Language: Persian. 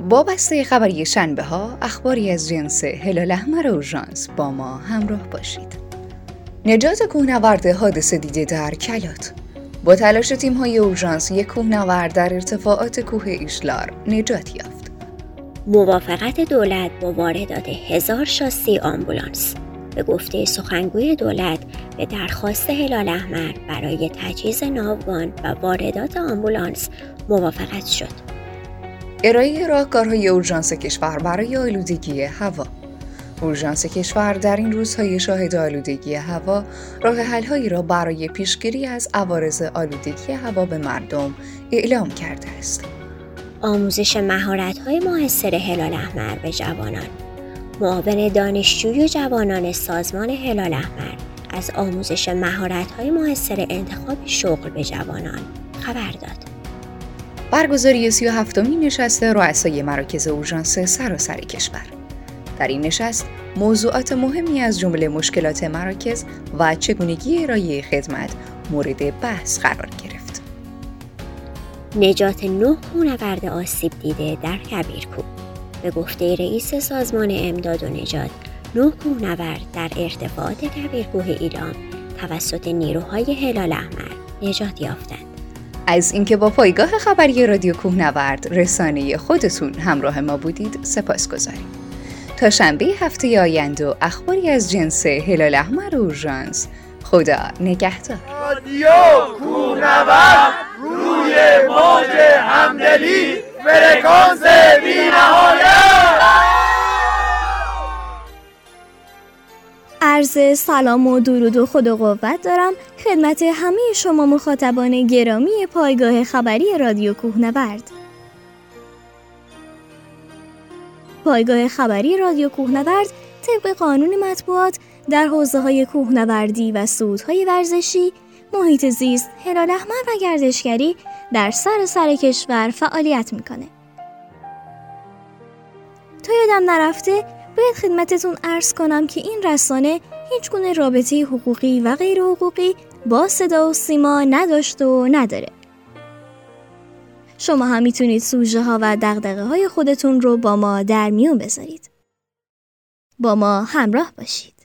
با بسته خبری شنبه ها اخباری از جنس هلال احمر اورژانس با ما همراه باشید. نجات کوهنورد حادثه دیده در کلات. با تلاش تیم‌های اورژانس یک کوهنورد در ارتفاعات کوه ایشلار نجات یافت. موافقت دولت با واردات 1000 شاسی آمبولانس. به گفته سخنگوی دولت به درخواست هلال احمر برای تجهیز ناوگان و واردات آمبولانس موافقت شد. ارائه راهکارهای اورژانس کشور برای آلودگی هوا. اورژانس کشور در این روزهای شاهد آلودگی هوا راه حل‌هایی را برای پیشگیری از عوارض آلودگی هوا به مردم اعلام کرده است. آموزش مهارت‌های موثر هلال احمر به جوانان. معاون دانشجوی و جوانان سازمان هلال احمر از آموزش مهارت‌های موثر انتخاب شغل به جوانان خبر داد. برگزاری 37مین نشست رؤسای مراکز اورژانس سراسر کشور. در این نشست موضوعات مهمی از جمله مشکلات مراکز و چگونگی ارائه خدمت مورد بحث قرار گرفت. نجات 9 کوهنورد آسیب دیده در کبیرکوه. به گفته رئیس سازمان امداد و نجات، 9 کوهنورد در ارتفاعات کبیرکوه ایلام توسط نیروهای هلال احمر نجات یافتند. از اینکه با پایگاه خبری رادیو کوهنورد رسانه خودتون همراه ما بودید سپاسگزاریم. تا شنبه هفته آینده و اخباری از جنس هلال احمر اورژانس. خدا نگهدار. رادیو کوهنورد روی موج همدلی فرکانس بی‌نهایت. عرض سلام و درود و خدا قوت دارم خدمت همه شما مخاطبان گرامی پایگاه خبری رادیو کوهنورد. پایگاه خبری رادیو کوهنورد طبق قانون مطبوعات در حوزه‌های کوهنوردی و صعودهای ورزشی، محیط زیست، هلال احمر و گردشگری در سراسر کشور فعالیت میکنه. تا یادم نرفته باید خدمتتون عرض کنم که این رسانه هیچ گونه رابطه حقوقی و غیر حقوقی با صدا و سیما نداشته و نداره. شما هم میتونید سوژه ها و دغدغه های خودتون رو با ما در میون بذارید. با ما همراه باشید.